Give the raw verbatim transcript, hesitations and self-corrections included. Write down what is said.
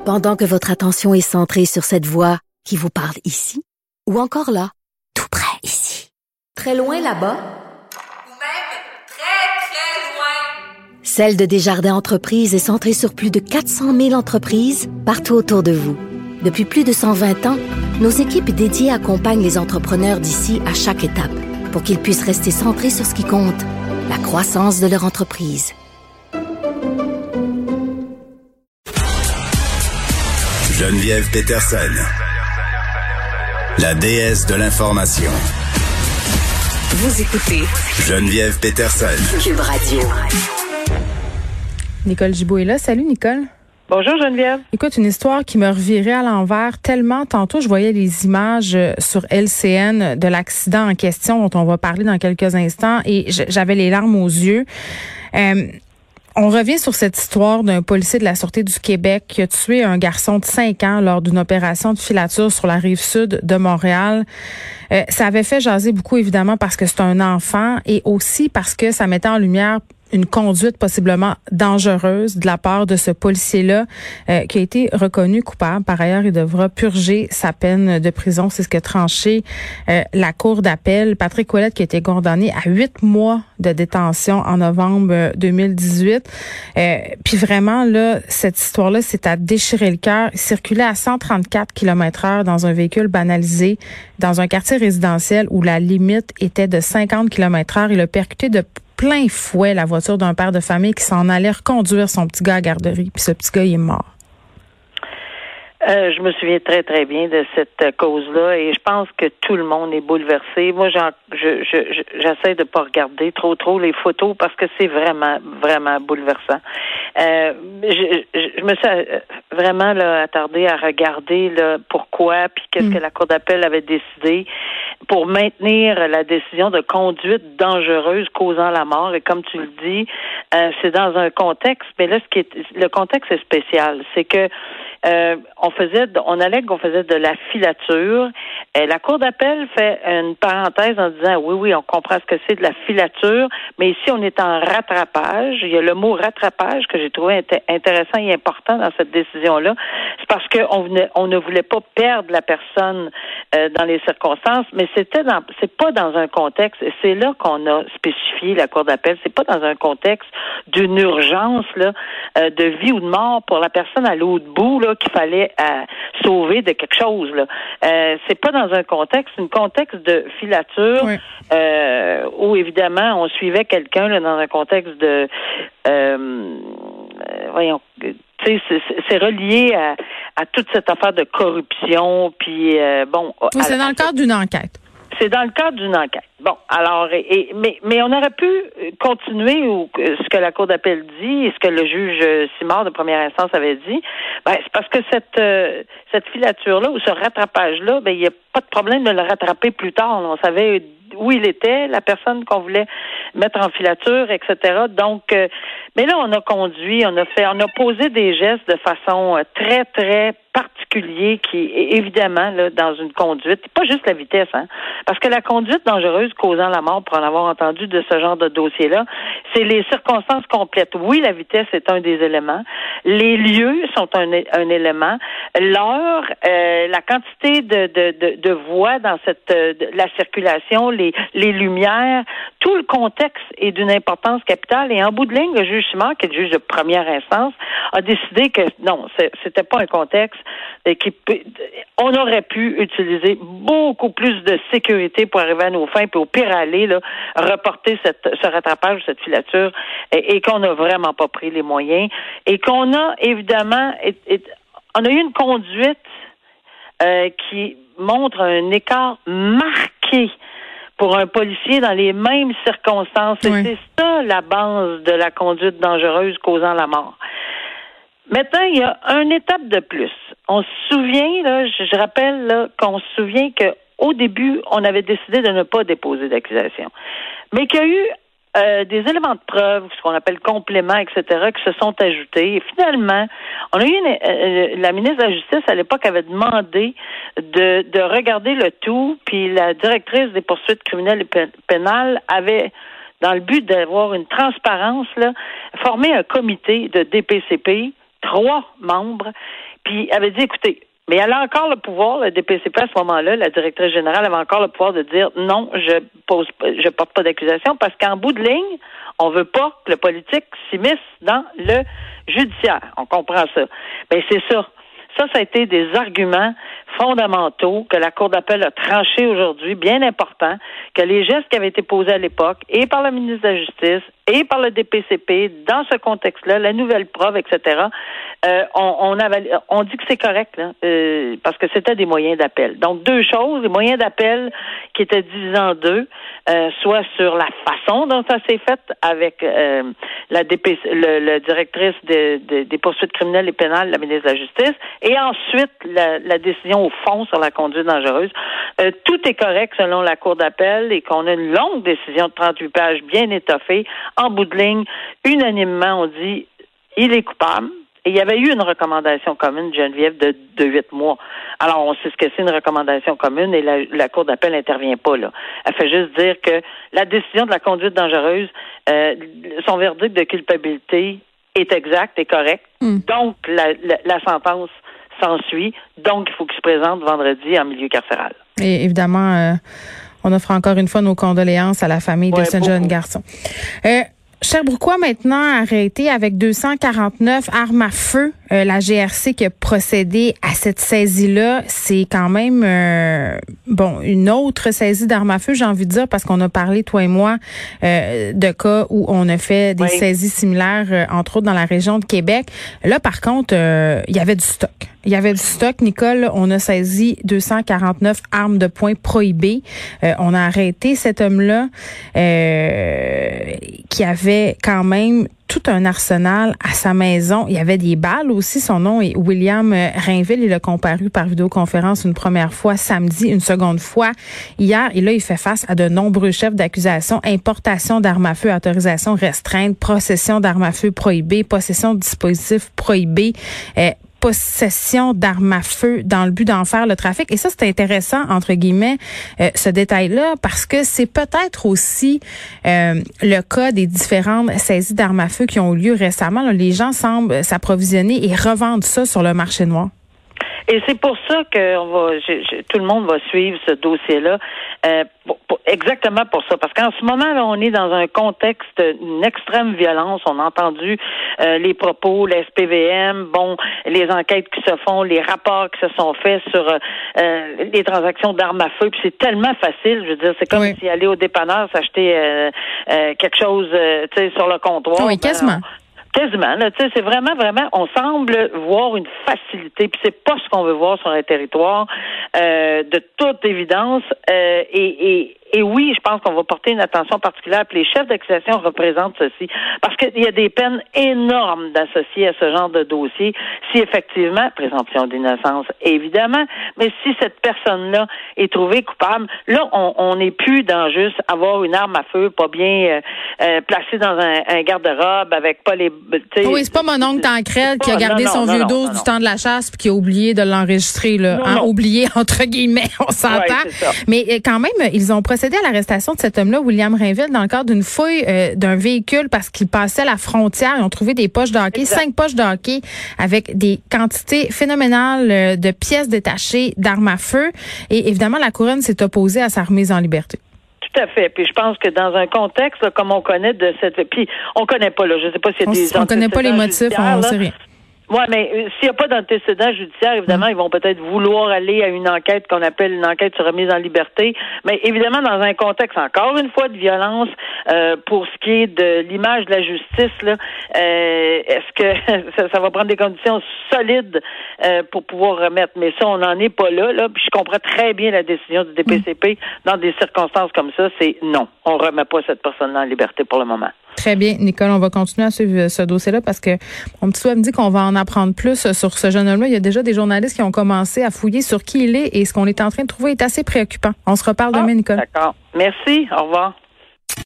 Pendant que votre attention est centrée sur cette voix qui vous parle ici, ou encore là, tout près ici, très loin là-bas, ou même très, très loin. Celle de Desjardins Entreprises est centrée sur plus de quatre cent mille entreprises partout autour de vous. Depuis plus de cent vingt ans, nos équipes dédiées accompagnent les entrepreneurs d'ici à chaque étape pour qu'ils puissent rester centrés sur ce qui compte, la croissance de leur entreprise. Geneviève Peterson, la déesse de l'information. Vous écoutez Geneviève Peterson, Cube Radio. Nicole Gibault est là. Salut, Nicole. Bonjour Geneviève. Écoute, une histoire qui me revirait à l'envers tellement. Tantôt, je voyais les images sur L C N de l'accident en question dont on va parler dans quelques instants et j'avais les larmes aux yeux. Euh, on revient sur cette histoire d'un policier de la Sûreté du Québec qui a tué un garçon de cinq ans lors d'une opération de filature sur la rive sud de Montréal. Euh, ça avait fait jaser beaucoup, évidemment, parce que c'est un enfant et aussi parce que ça mettait en lumière une conduite possiblement dangereuse de la part de ce policier-là euh, qui a été reconnu coupable. Par ailleurs, il devra purger sa peine de prison. C'est ce que tranché euh, la cour d'appel. Patrick Ouellette qui a été condamné à huit mois de détention en novembre deux mille dix-huit. Euh, puis vraiment, là, cette histoire-là, c'est à déchirer le cœur. Il circulait à cent trente-quatre kilomètres heure dans un véhicule banalisé dans un quartier résidentiel où la limite était de cinquante kilomètres heure. Il a percuté de plein fouet la voiture d'un père de famille qui s'en allait reconduire son petit gars à la garderie. Puis ce petit gars, il est mort. Euh, je me souviens très, très bien de cette euh, cause-là et je pense que tout le monde est bouleversé. Moi, j'en, je, je, j'essaie de pas regarder trop, trop les photos parce que c'est vraiment, vraiment bouleversant. Euh, je, je, je me suis vraiment là, attardée à regarder là, pourquoi puis qu'est-ce mmh. que la Cour d'appel avait décidé pour maintenir la décision de conduite dangereuse causant la mort. Et comme tu le dis, euh, c'est dans un contexte, mais là, ce qui est, le contexte est spécial. C'est que Euh, on faisait, on allègue qu'on faisait de la filature. Et la Cour d'appel fait une parenthèse en disant oui, oui, on comprend ce que c'est de la filature, mais ici on est en rattrapage. Il y a le mot rattrapage que j'ai trouvé int- intéressant et important dans cette décision-là. C'est parce qu'on venait, on ne voulait pas perdre la personne euh, dans les circonstances, mais c'était dans, c'est pas dans un contexte. Et c'est là qu'on a spécifié la Cour d'appel. C'est pas dans un contexte d'une urgence là, euh, de vie ou de mort pour la personne à l'autre bout là. Qu'il fallait euh, sauver de quelque chose là. Euh, c'est pas dans un contexte, un contexte de filature oui. euh, où évidemment on suivait quelqu'un là, dans un contexte de euh, voyons, tu sais, c'est, c'est relié à, à toute cette affaire de corruption, puis euh, bon. Oui, c'est dans le cadre d'une enquête. C'est dans le cadre d'une enquête. Bon, alors, et, et, mais, mais on aurait pu continuer ou ce que la Cour d'appel dit et ce que le juge Simard de première instance avait dit. Ben, c'est parce que cette euh, cette filature-là ou ce rattrapage-là, ben, il n'y a pas de problème de le rattraper plus tard. Là. On savait où il était, la personne qu'on voulait mettre en filature, et cetera. Donc, euh, mais là, on a conduit, on a fait, on a posé des gestes de façon euh, très, très particulier qui, évidemment, là, dans une conduite, pas juste la vitesse, hein, parce que la conduite dangereuse causant la mort, pour en avoir entendu de ce genre de dossier-là, c'est les circonstances complètes. Oui, la vitesse est un des éléments. Les lieux sont un, un élément. L'heure, euh, la quantité de, de, de, de voies dans cette, de, la circulation, les, les lumières, tout le contexte est d'une importance capitale. Et en bout de ligne, le juge Simard, qui est le juge de première instance, a décidé que non, c'était pas un contexte et qui, on aurait pu utiliser beaucoup plus de sécurité pour arriver à nos fins, puis au pire aller là, reporter cette, ce rattrapage, cette filature, et, et qu'on n'a vraiment pas pris les moyens, et qu'on a évidemment, et, et, on a eu une conduite euh, qui montre un écart marqué pour un policier dans les mêmes circonstances. Oui. Et c'est ça la base de la conduite dangereuse causant la mort. Maintenant, il y a une étape de plus. On se souvient, là, je, je rappelle là, qu'on se souvient qu'au début, on avait décidé de ne pas déposer d'accusation. Mais qu'il y a eu euh, des éléments de preuve, ce qu'on appelle compléments, et cetera, qui se sont ajoutés. Et finalement, on a eu une, euh, la ministre de la Justice, à l'époque, avait demandé de, de regarder le tout, puis la directrice des poursuites criminelles et pénales avait, dans le but d'avoir une transparence, là, formé un comité de D P C P, trois membres, puis avait dit, écoutez, mais elle a encore le pouvoir, la D P C P à ce moment-là, la directrice générale avait encore le pouvoir de dire non, je pose, je porte pas d'accusation parce qu'en bout de ligne, on veut pas que le politique s'immisce dans le judiciaire. On comprend ça. Mais c'est ça. Ça, ça a été des arguments fondamentaux que la Cour d'appel a tranchés aujourd'hui, bien importants, que les gestes qui avaient été posés à l'époque, et par le ministre de la Justice, et par le D P C P, dans ce contexte-là, la nouvelle preuve, et cetera, euh, on, on, avait, on dit que c'est correct, là, euh, parce que c'était des moyens d'appel. Donc, deux choses, les moyens d'appel qui étaient divisés en deux, euh, soit sur la façon dont ça s'est fait avec euh, la D P C, le, le directrice de, de, des poursuites criminelles et pénales, la ministre de la Justice, et ensuite la, la décision au fond sur la conduite dangereuse. Euh, tout est correct selon la Cour d'appel et qu'on a une longue décision de trente-huit pages bien étoffée. En bout de ligne, unanimement, on dit il est coupable. Et il y avait eu une recommandation commune, Geneviève, de, de huit mois. Alors, on sait ce que c'est une recommandation commune et la, la Cour d'appel n'intervient pas, là. Elle fait juste dire que la décision de la conduite dangereuse, euh, son verdict de culpabilité est exact et correct. Mm. Donc, la, la, la sentence s'ensuit. Donc, il faut qu'il se présente vendredi en milieu carcéral. Et évidemment, euh, on offre encore une fois nos condoléances à la famille ouais, de ce beaucoup. jeune garçon. Euh, Sherbrookeois maintenant arrêté avec deux cent quarante-neuf armes à feu. Euh, la G R C qui a procédé à cette saisie-là, c'est quand même euh, bon une autre saisie d'armes à feu, j'ai envie de dire, parce qu'on a parlé, toi et moi, euh, de cas où on a fait des oui. saisies similaires, euh, entre autres dans la région de Québec. Là, par contre, euh, il y avait du stock. Il y avait du stock, Nicole. On a saisi deux cent quarante-neuf armes de poing prohibées. Euh, on a arrêté cet homme-là euh, qui avait quand même tout un arsenal à sa maison. Il y avait des balles aussi. Son nom est William Rainville. Il a comparu par vidéoconférence une première fois samedi, une seconde fois hier. Et là, il fait face à de nombreux chefs d'accusation. Importation d'armes à feu, autorisation restreinte, possession d'armes à feu prohibées, possession de dispositifs prohibés, euh, possession d'armes à feu dans le but d'en faire le trafic. Et ça, c'est intéressant, entre guillemets, euh, ce détail-là, parce que c'est peut-être aussi euh, le cas des différentes saisies d'armes à feu qui ont eu lieu récemment. Là, les gens semblent s'approvisionner et revendre ça sur le marché noir. Et c'est pour ça que on va, je, je, tout le monde va suivre ce dossier-là, euh, pour, pour, exactement pour ça. Parce qu'en ce moment, là, on est dans un contexte d'une extrême violence. On a entendu euh, les propos, la S P V M, bon, les enquêtes qui se font, les rapports qui se sont faits sur euh, les transactions d'armes à feu. Puis c'est tellement facile, je veux dire, c'est comme oui. si aller au dépanneur s'acheter euh, euh, quelque chose, euh, tu sais, sur le comptoir. Oui, quasiment. Ben, Quasiment, là, tu sais, c'est vraiment, vraiment, on semble voir une facilité, puis c'est pas ce qu'on veut voir sur un territoire, euh, de toute évidence, euh, et, et Et oui, je pense qu'on va porter une attention particulière. Puis les chefs d'accusation représentent ceci. Parce qu'il y a des peines énormes d'associer à ce genre de dossier. Si effectivement, présomption d'innocence, évidemment, mais si cette personne-là est trouvée coupable, là, on n'est plus dans juste avoir une arme à feu pas bien euh, euh, placée dans un, un garde-robe avec pas les... Oui, c'est pas mon oncle Tancred qui a gardé non, non, son non, vieux dos du temps de la chasse puis qui a oublié de l'enregistrer, là. Non, hein, non. Oublié, entre guillemets, on s'entend. Ouais, mais quand même, ils ont procédé à l'arrestation de cet homme-là, William Rainville, dans le cadre d'une fouille euh, d'un véhicule parce qu'il passait la frontière. Ils ont trouvé des poches de hockey, exact. cinq poches de hockey avec des quantités phénoménales euh, de pièces détachées d'armes à feu. Et évidemment, la couronne s'est opposée à sa remise en liberté. Tout à fait. Puis je pense que dans un contexte là, comme on connaît de cette... Puis on connaît pas, là, je sais pas s'il y a on, des... On connaît pas les motifs, on ne sait rien. Oui, mais euh, s'il n'y a pas d'antécédent judiciaire, évidemment, mmh. ils vont peut-être vouloir aller à une enquête qu'on appelle une enquête sur remise en liberté. Mais évidemment, dans un contexte, encore une fois, de violence, euh, pour ce qui est de l'image de la justice, là, euh, est-ce que ça, ça va prendre des conditions solides euh, pour pouvoir remettre? Mais ça, on n'en est pas là, là. Puis je comprends très bien la décision du D P C P. Mmh. Dans des circonstances comme ça, c'est non. On ne remet pas cette personne-là en liberté pour le moment. Très bien, Nicole, on va continuer à suivre ce dossier-là parce que mon petit doigt me dit qu'on va en apprendre plus sur ce jeune homme-là. Il y a déjà des journalistes qui ont commencé à fouiller sur qui il est et ce qu'on est en train de trouver est assez préoccupant. On se reparle ah, demain, Nicole. D'accord. Merci. Au revoir.